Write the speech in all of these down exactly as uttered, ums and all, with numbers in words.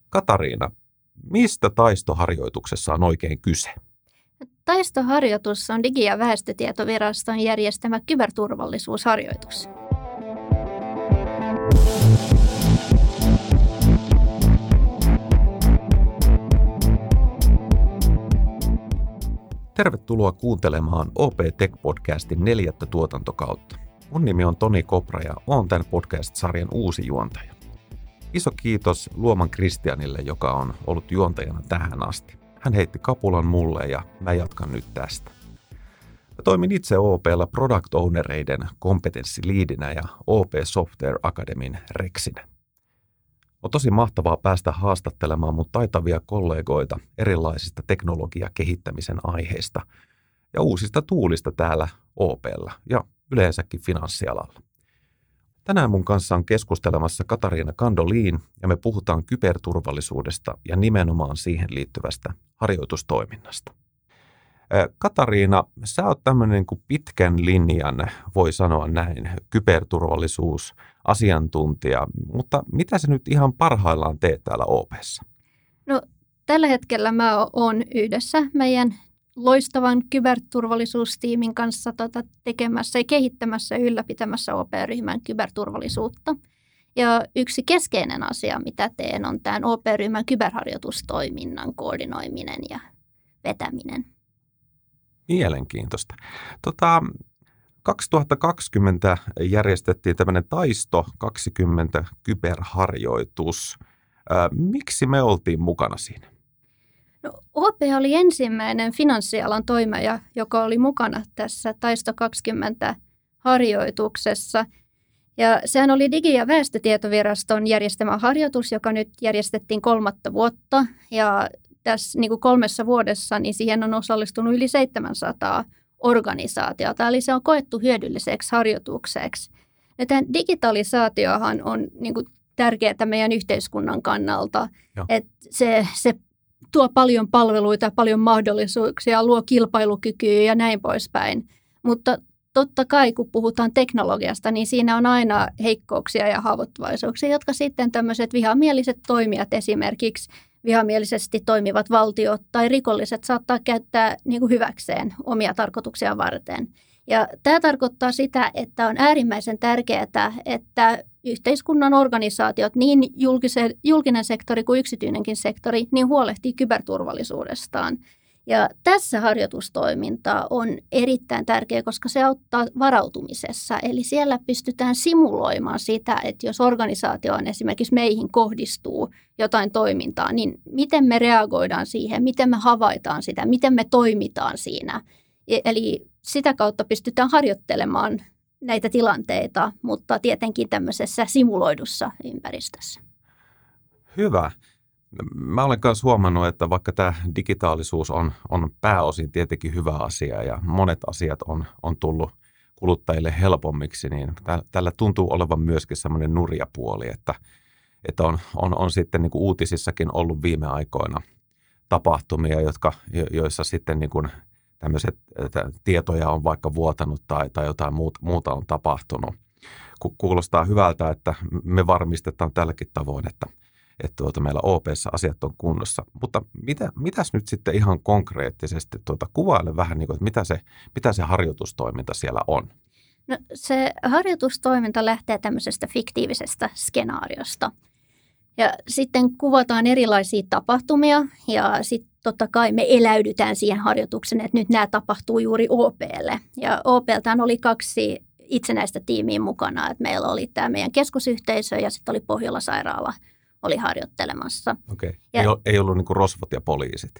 Katariina, mistä taistoharjoituksessa on oikein kyse? Taistoharjoitus on Digi- ja väestötietoviraston järjestämä kyberturvallisuusharjoitus. Tervetuloa kuuntelemaan O P Tech-podcastin neljättä tuotantokautta. Mun nimi on Toni Kopra ja oon tämän podcast-sarjan uusi juontaja. Iso kiitos Luoman Kristianille, joka on ollut juontajana tähän asti. Hän heitti kapulan mulle ja mä jatkan nyt tästä. Mä toimin itse O P:llä Product Ownereiden kompetenssiliidinä ja O P Software Academyn reksinä. On tosi mahtavaa päästä haastattelemaan mun taitavia kollegoita erilaisista teknologiakehittämisen aiheista ja uusista tuulista täällä O P:llä ja yleensäkin finanssialalla. Tänään mun kanssa on keskustelemassa Katariina Kandolin ja me puhutaan kyberturvallisuudesta ja nimenomaan siihen liittyvästä harjoitustoiminnasta. Katariina, sä oot tämmöinen niin kuin pitkän linjan, voi sanoa näin, kyberturvallisuusasiantuntija, mutta mitä sä nyt ihan parhaillaan teet täällä O P:ssä? No, tällä hetkellä mä oon yhdessä meidän loistavan kyberturvallisuustiimin kanssa tota, tekemässä ja kehittämässä ja ylläpitämässä O P-ryhmän kyberturvallisuutta. Ja yksi keskeinen asia, mitä teen, on tämän O P-ryhmän kyberharjoitustoiminnan koordinoiminen ja vetäminen. Mielenkiintoista. Tota, kaksituhattakaksikymmentä järjestettiin tämmöinen Taisto kaksikymmentä kyberharjoitus. Ää, miksi me oltiin mukana siinä? No, O P oli ensimmäinen finanssialan toimija, joka oli mukana tässä Taisto kaksikymmentä harjoituksessa. Ja sehän oli Digi- ja väestötietoviraston järjestämä harjoitus, joka nyt järjestettiin kolmatta vuotta. Ja tässä niin kuin kolmessa vuodessa niin siihen on osallistunut yli seitsemänsataa organisaatiota, eli se on koettu hyödylliseksi harjoitukseksi. Ja tämän digitalisaatiohan on niin kuin tärkeää meidän yhteiskunnan kannalta, Joo. että se, se tuo paljon palveluita, paljon mahdollisuuksia, luo kilpailukykyä ja näin poispäin. Mutta totta kai, kun puhutaan teknologiasta, niin siinä on aina heikkouksia ja haavoittuvaisuuksia, jotka sitten tämmöiset vihamieliset toimijat, esimerkiksi vihamielisesti toimivat valtiot tai rikolliset saattaa käyttää niin kuin hyväkseen omia tarkoituksia varten. Ja tämä tarkoittaa sitä, että on äärimmäisen tärkeää, että yhteiskunnan organisaatiot, niin julkisen, julkinen sektori kuin yksityinenkin sektori, niin huolehtii kyberturvallisuudestaan. Ja tässä harjoitustoiminta on erittäin tärkeä, koska se auttaa varautumisessa. Eli siellä pystytään simuloimaan sitä, että jos organisaatioon esimerkiksi meihin kohdistuu jotain toimintaa, niin miten me reagoidaan siihen, miten me havaitaan sitä, miten me toimitaan siinä. Eli sitä kautta pystytään harjoittelemaan näitä tilanteita, mutta tietenkin tämmöisessä simuloidussa ympäristössä. Hyvä. Mä olen myös huomannut, että vaikka tämä digitaalisuus on, on pääosin tietenkin hyvä asia ja monet asiat on, on tullut kuluttajille helpommiksi, niin tällä tuntuu olevan myöskin semmoinen nurja puoli, että, että on, on, on sitten niin kuin uutisissakin ollut viime aikoina tapahtumia, jotka, joissa sitten niin kuin tämmöiset tietoja on vaikka vuotanut tai, tai jotain muuta on tapahtunut. Kuulostaa hyvältä, että me varmistetaan tälläkin tavoin, että että tuota, meillä O P:ssä asiat on kunnossa. Mutta mitä, mitäs nyt sitten ihan konkreettisesti, tuota, kuvaile vähän, niin kuin, että mitä se, mitä se harjoitustoiminta siellä on? No, se harjoitustoiminta lähtee tämmöisestä fiktiivisestä skenaariosta. Ja sitten kuvataan erilaisia tapahtumia ja sitten totta kai me eläydytään siihen harjoitukseen, että nyt nämä tapahtuu juuri O P:lle. Ja O P:ltään oli kaksi itsenäistä tiimiä mukana, että meillä oli tämä meidän keskusyhteisö ja sitten oli Pohjola-sairaala oli harjoittelemassa. Okei. Ja, ei, ei ollut niin kuin rosvot ja poliisit.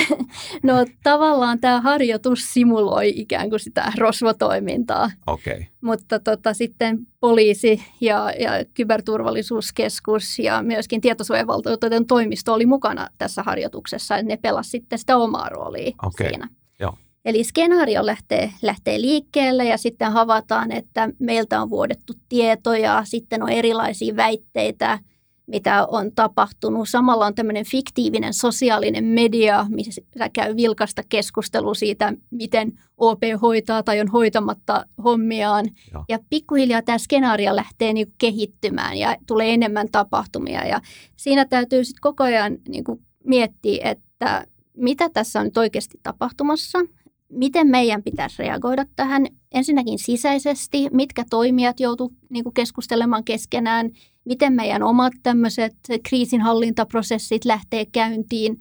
No tavallaan tämä harjoitus simuloi ikään kuin sitä rosvotoimintaa. Okei. Mutta tota, sitten poliisi ja, ja kyberturvallisuuskeskus ja myöskin tietosuojavaltuutetun toimisto oli mukana tässä harjoituksessa. Ja ne pelasivat sitten sitä omaa roolia Okei. siinä. Joo. Eli skenaario lähtee, lähtee liikkeelle ja sitten havaitaan, että meiltä on vuodettu tietoja, sitten on erilaisia väitteitä, mitä on tapahtunut. Samalla on tämmöinen fiktiivinen sosiaalinen media, missä käy vilkasta keskustelua siitä, miten O P hoitaa tai on hoitamatta hommiaan. Joo. Ja pikkuhiljaa tämä skenaario lähtee niin kuin kehittymään ja tulee enemmän tapahtumia. Ja siinä täytyy sitten koko ajan niin kuin miettiä, että mitä tässä on nyt oikeasti tapahtumassa. Miten meidän pitäisi reagoida tähän ensinnäkin sisäisesti, mitkä toimijat joutuu niin kuin keskustelemaan keskenään, miten meidän omat tämmöiset kriisinhallintaprosessit lähtee käyntiin,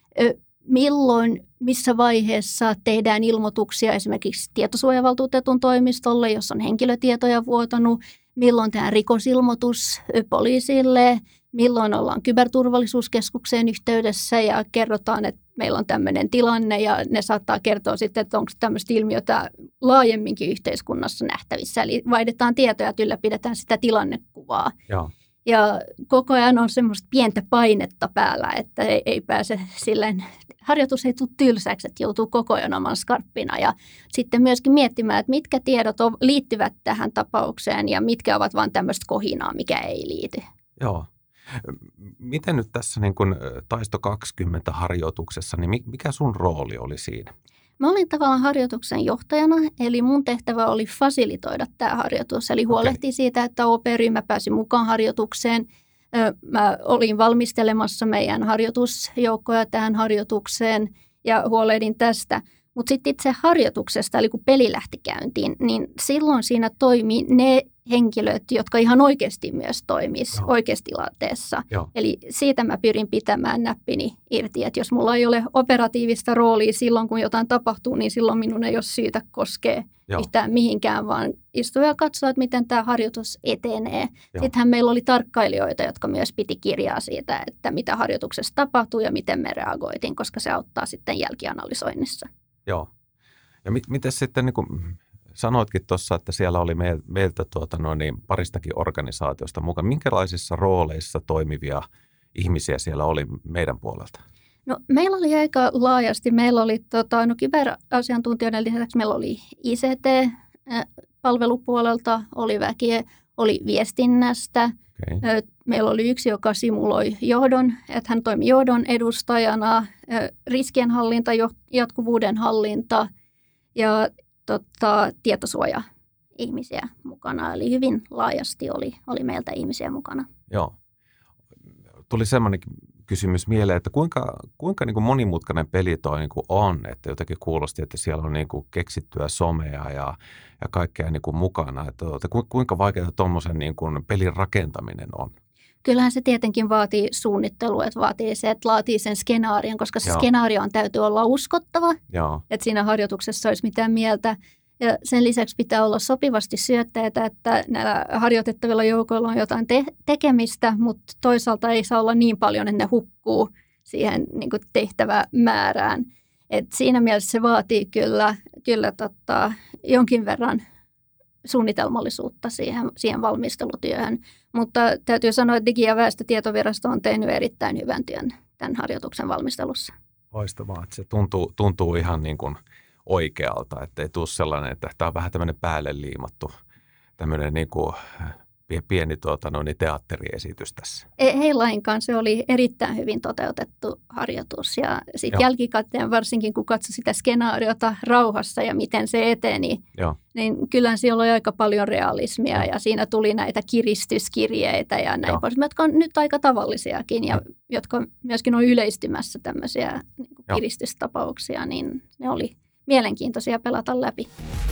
milloin, missä vaiheessa tehdään ilmoituksia esimerkiksi tietosuojavaltuutetun toimistolle, jos on henkilötietoja vuotanut, milloin tehdään rikosilmoitus poliisille, milloin ollaan kyberturvallisuuskeskukseen yhteydessä ja kerrotaan, että meillä on tämmöinen tilanne ja ne saattaa kertoa sitten, että onko tämmöistä ilmiötä laajemminkin yhteiskunnassa nähtävissä. Eli vaihdetaan tietoja, että ylläpidetään sitä tilannekuvaa. Joo. Ja koko ajan on semmoista pientä painetta päällä, että ei, ei pääse silleen, harjoitus ei tule tylsäksi, että joutuu koko ajan oman skarppina. Ja sitten myöskin miettimään, että mitkä tiedot liittyvät tähän tapaukseen ja mitkä ovat vain tämmöistä kohinaa, mikä ei liity. Joo. Miten nyt tässä niin kuin Taisto kaksikymmentä harjoituksessa, niin mikä sun rooli oli siinä? Mä olin tavallaan harjoituksen johtajana, eli mun tehtävä oli fasilitoida tämä harjoitus, eli huolehtia okay. siitä, että O P-ryhmä pääsi mukaan harjoitukseen. Mä olin valmistelemassa meidän harjoitusjoukkoja tähän harjoitukseen ja huolehdin tästä. Mutta sitten itse harjoituksesta, eli kun peli lähti käyntiin, niin silloin siinä toimi ne henkilöt, jotka ihan oikeasti myös toimis oikeastilanteessa. Eli siitä mä pyrin pitämään näppini irti, että jos mulla ei ole operatiivista roolia silloin, kun jotain tapahtuu, niin silloin minun ei ole syytä koskea Joo. yhtään mihinkään, vaan istua ja katsoa, että miten tämä harjoitus etenee. Joo. Sittenhän meillä oli tarkkailijoita, jotka myös piti kirjaa siitä, että mitä harjoituksessa tapahtuu ja miten me reagoitiin, koska se auttaa sitten jälkianalysoinnissa. Joo. Ja mit, miten sitten, niin kuin sanoitkin tuossa, että siellä oli me, meiltä tuota, no niin, paristakin organisaatiosta mukaan. Minkälaisissa rooleissa toimivia ihmisiä siellä oli meidän puolelta? No, meillä oli aika laajasti. Meillä oli tota, no, kyberasiantuntijoiden lisäksi meillä oli I C T-palvelupuolelta, oli väkeä, oli viestinnästä. Okay. Meillä oli yksi, joka simuloi johdon, että hän toimi johdon edustajana, riskienhallinta, jatkuvuuden hallinta ja tota, tietosuoja-ihmisiä mukana. Eli hyvin laajasti oli, oli meiltä ihmisiä mukana. Joo. Tuli semmoinen kysymys mieleen, että kuinka, kuinka niin kuin monimutkainen peli toi niin kuin on, että jotenkin kuulosti, että siellä on niin kuin keksittyä somea ja, ja kaikkea niin kuin mukana, että, että kuinka vaikeaa tuommoisen niin kuin pelin rakentaminen on? Kyllähän se tietenkin vaatii suunnittelua, että vaatii se, että laatii sen skenaarion, koska se Joo. skenaarion täytyy olla uskottava, Joo. että siinä harjoituksessa olisi mitään mieltä. Ja sen lisäksi pitää olla sopivasti syötteitä, että näillä harjoitettavilla joukoilla on jotain te- tekemistä, mutta toisaalta ei saa olla niin paljon, että ne hukkuu siihen niin kuin tehtävämäärään. Et siinä mielessä se vaatii kyllä, kyllä tota, jonkin verran suunnitelmallisuutta siihen, siihen valmistelutyöhön. Mutta täytyy sanoa, että Digi- ja väestötietovirasto on tehnyt erittäin hyvän työn tämän harjoituksen valmistelussa. Loistavaa, että se tuntuu, tuntuu ihan niin kuin oikealta, että ei tule sellainen, että tämä on vähän tämmöinen päälle liimattu tämmöinen niin kuin pieni tuota, no niin, teatteriesitys tässä. Ei, ei lainkaan, se oli erittäin hyvin toteutettu harjoitus ja sitten jälkikäteen varsinkin kun katsoi sitä skenaariota rauhassa ja miten se eteni, Joo. niin kyllä siellä oli aika paljon realismia Joo. ja siinä tuli näitä kiristyskirjeitä ja näin pois, jotka on nyt aika tavallisiakin ja Joo. jotka myöskin on yleistymässä tämmöisiä niin kuin kiristystapauksia, niin ne oli mielenkiintoisia pelata läpi.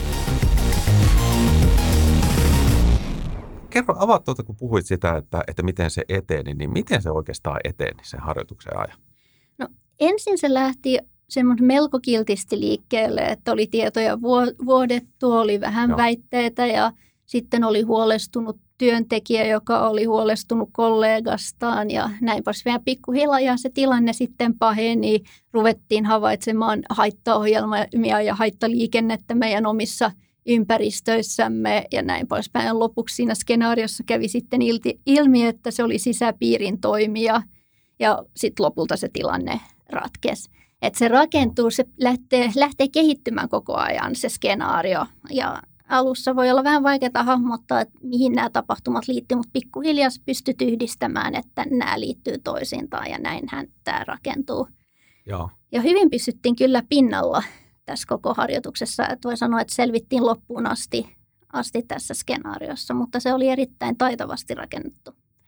Kerro, avaa tuota, kun puhuit sitä, että, että miten se eteni, niin miten se oikeastaan eteni sen harjoituksen ajan? No ensin se lähti semmoinen melko kiltisti liikkeelle, että oli tietoja vuodettu, oli vähän Joo. väitteitä ja sitten oli huolestunut työntekijä, joka oli huolestunut kollegastaan ja näin pois. Vähän pikkuhiljaa se tilanne sitten paheni, ruvettiin havaitsemaan haittaohjelmia ja haittaliikennettä meidän omissa ympäristöissämme ja näin poispäin. Lopuksi siinä skenaariossa kävi sitten ilmi, että se oli sisäpiirin toimija ja sitten lopulta se tilanne ratkesi. Että se rakentuu, se lähtee, lähtee kehittymään koko ajan se skenaario ja alussa voi olla vähän vaikeaa hahmottaa, että mihin nämä tapahtumat liittyy, mutta pikkuhiljaa pystyt yhdistämään, että nämä liittyy toisiintaan ja näinhän tämä rakentuu. Joo. Ja hyvin pysyttiin kyllä pinnalla tässä koko harjoituksessa, että voi sanoa, että selvittiin loppuun asti, asti tässä skenaariossa, mutta se oli erittäin taitavasti rakennettu.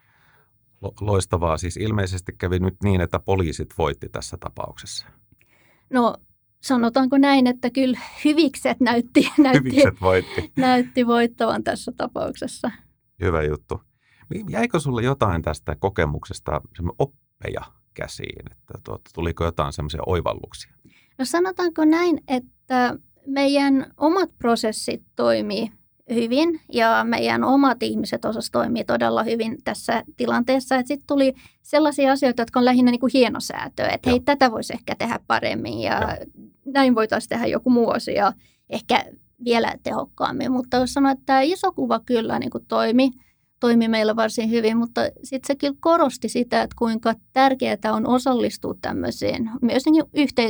Loistavaa. Siis ilmeisesti kävi nyt niin, että poliisit voitti tässä tapauksessa. No sanotaanko näin, että kyllä hyvikset näytti, näytti, hyvikset voitti. näytti voittavan tässä tapauksessa. Hyvä juttu. Jäikö sulle jotain tästä kokemuksesta oppeja käsiin? Että tuota, tuliko jotain semmoisia oivalluksia? No sanotaanko näin, että meidän omat prosessit toimii hyvin ja meidän omat ihmiset osas toimii todella hyvin tässä tilanteessa. Sitten tuli sellaisia asioita, jotka on lähinnä niin kuin hienosäätöä, että hei, tätä voisi ehkä tehdä paremmin ja Joo. näin voitaisiin tehdä joku muu asia ehkä vielä tehokkaammin. Mutta jos sanoo, että tämä iso kuva kyllä niin kuin toimi, toimi meillä varsin hyvin, mutta sitten se kyllä korosti sitä, että kuinka tärkeää on osallistua tämmöisiin myös niin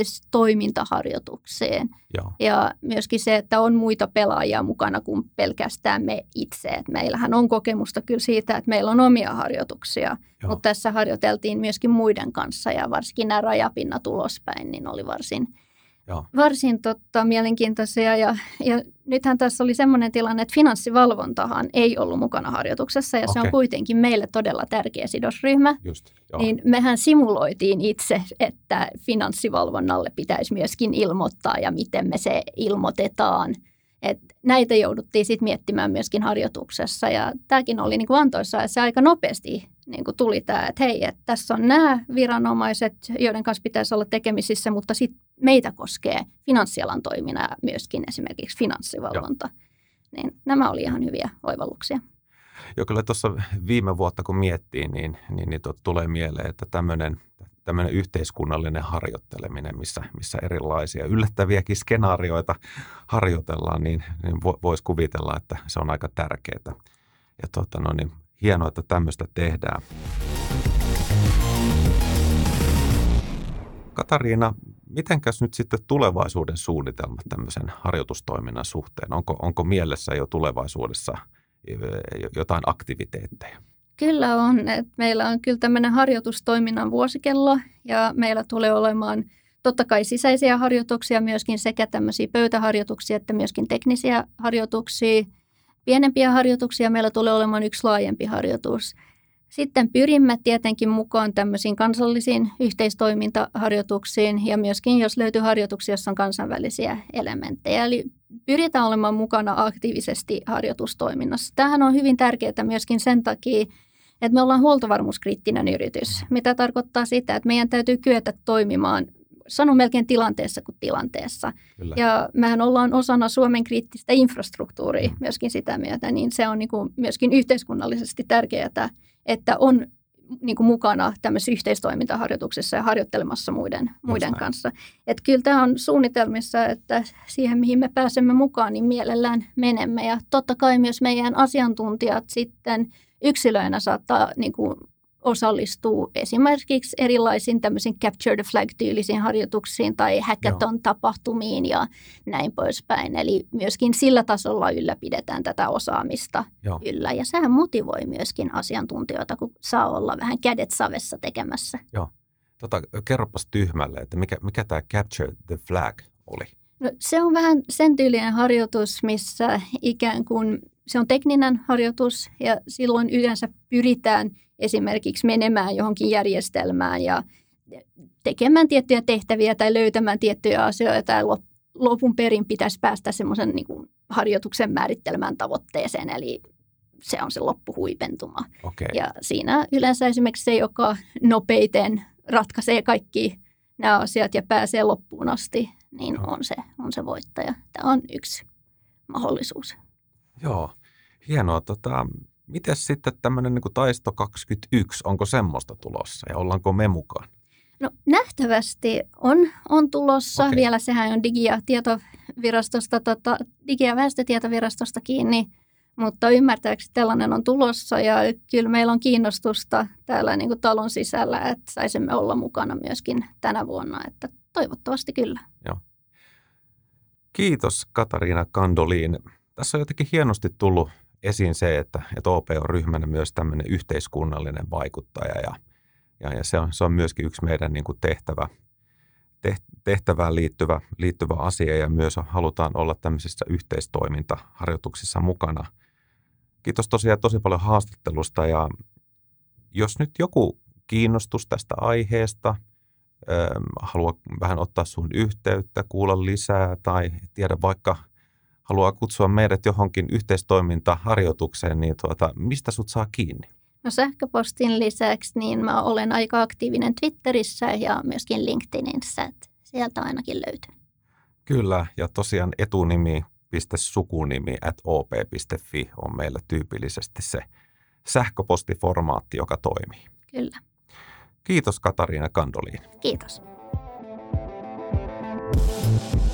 yhteistoimintaharjoituksiin. Joo. Ja myöskin se, että on muita pelaajia mukana kuin pelkästään me itse. Et meillähän on kokemusta kyllä siitä, että meillä on omia harjoituksia, Joo. mutta tässä harjoiteltiin myöskin muiden kanssa ja varsinkin nämä rajapinnat ulospäin, niin oli varsin, Joo. varsin totta, mielenkiintoisia. Ja, ja nythän tässä oli semmoinen tilanne, että finanssivalvontahan ei ollut mukana harjoituksessa ja okay. se on kuitenkin meille todella tärkeä sidosryhmä. Just, niin mehän simuloitiin itse, että finanssivalvonnalle pitäisi myöskin ilmoittaa ja miten me se ilmoitetaan. Et näitä jouduttiin sitten miettimään myöskin harjoituksessa ja tämäkin oli niin kuin antoisaa, että se aika nopeasti niin kuin tuli tämä, että hei, että tässä on nämä viranomaiset, joiden kanssa pitäisi olla tekemisissä, mutta sitten meitä koskee finanssialan toiminnan myöskin esimerkiksi finanssivalvonta. Joo. Niin nämä oli ihan hyviä oivalluksia. Joo, kyllä tuossa viime vuotta kun miettii, niin, niin, niin tulee mieleen, että tämmöinen tämmöinen yhteiskunnallinen harjoitteleminen, missä, missä erilaisia yllättäviäkin skenaarioita harjoitellaan, niin, niin voisi kuvitella, että se on aika tärkeää. Ja tuota, no niin, hienoa, että tämmöistä tehdään. Katariina, mitenkäs nyt sitten tulevaisuuden suunnitelmat tämmöisen harjoitustoiminnan suhteen? Onko, onko mielessä jo tulevaisuudessa jotain aktiviteetteja? Kyllä on. Että meillä on kyllä tämmöinen harjoitustoiminnan vuosikello ja meillä tulee olemaan totta kai sisäisiä harjoituksia myöskin sekä tämmöisiä pöytäharjoituksia että myöskin teknisiä harjoituksia. Pienempiä harjoituksia meillä tulee olemaan yksi laajempi harjoitus. Sitten pyrimme tietenkin mukaan tämmöisiin kansallisiin yhteistoimintaharjoituksiin ja myöskin jos löytyy harjoituksia, joissa on kansainvälisiä elementtejä. Eli pyritään olemaan mukana aktiivisesti harjoitustoiminnassa. Tämähän on hyvin tärkeää myöskin sen takia, että me ollaan huoltovarmuuskriittinen yritys, mitä tarkoittaa sitä, että meidän täytyy kyetä toimimaan, sanon melkein tilanteessa kuin tilanteessa. Kyllä. Ja mehän ollaan osana Suomen kriittistä infrastruktuuria myöskin sitä myötä, niin se on niin kuin myöskin yhteiskunnallisesti tärkeää, että on niin kuin mukana tämmöisessä yhteistoimintaharjoituksessa ja harjoittelemassa muiden, muiden kanssa. Että kyllä tämä on suunnitelmissa, että siihen mihin me pääsemme mukaan, niin mielellään menemme. Ja totta kai myös meidän asiantuntijat sitten yksilöinä saattaa niin kuin osallistua esimerkiksi erilaisiin tämmöisiin Capture the Flag-tyylisiin harjoituksiin tai hackathon-tapahtumiin ja näin poispäin. Eli myöskin sillä tasolla ylläpidetään tätä osaamista Joo. yllä. Ja sehän motivoi myöskin asiantuntijoita, kun saa olla vähän kädet savessa tekemässä. Joo. Tota, kerropas tyhmälle, että mikä, mikä tämä Capture the Flag oli? No, se on vähän sen tyylinen harjoitus, missä ikään kuin se on tekninen harjoitus ja silloin yleensä pyritään esimerkiksi menemään johonkin järjestelmään ja tekemään tiettyjä tehtäviä tai löytämään tiettyjä asioita ja lopun perin pitäisi päästä semmoisen niin kuin harjoituksen määrittelemään tavoitteeseen, eli se on se loppuhuipentuma. Okay. Ja siinä yleensä esimerkiksi se, joka nopeiten ratkaisee kaikki nämä asiat ja pääsee loppuun asti, niin on se, on se voittaja. Tämä on yksi mahdollisuus. Joo, hienoa. Tota, mites sitten tämmöinen niin kuin Taisto kaksikymmentäyksi, onko semmoista tulossa ja ollaanko me mukaan? No nähtävästi on, on tulossa. Okay. Vielä sehän on Digi- ja tietovirastosta, tota, Digi- ja väestötietovirastosta kiinni, mutta ymmärtääkseni tällainen on tulossa ja kyllä meillä on kiinnostusta täällä niin kuin talon sisällä, että saisimme olla mukana myöskin tänä vuonna, että toivottavasti kyllä. Joo. Kiitos Katariina Kandolin Tässä on jotenkin hienosti tullut esiin se, että, että O P on ryhmänä myös tämmöinen yhteiskunnallinen vaikuttaja ja, ja, ja se, on, se on myöskin yksi meidän niin kuin tehtävä, tehtävään liittyvä, liittyvä asia ja myös halutaan olla tämmöisissä yhteistoimintaharjoituksissa mukana. Kiitos tosiaan tosi paljon haastattelusta ja jos nyt joku kiinnostus tästä aiheesta, ähm, haluaa vähän ottaa sun yhteyttä, kuulla lisää tai tiedä vaikka haluaa kutsua meidät johonkin yhteistoimintaharjoitukseen, niin tuota, mistä sut saa kiinni? No sähköpostin lisäksi niin mä olen aika aktiivinen Twitterissä ja myöskin LinkedInissä, että sieltä ainakin löytyy. Kyllä, ja tosiaan etunimi piste sukunimi at o p piste f i on meillä tyypillisesti se sähköpostiformaatti, joka toimii. Kyllä. Kiitos Katariina Kandoliin. Kiitos.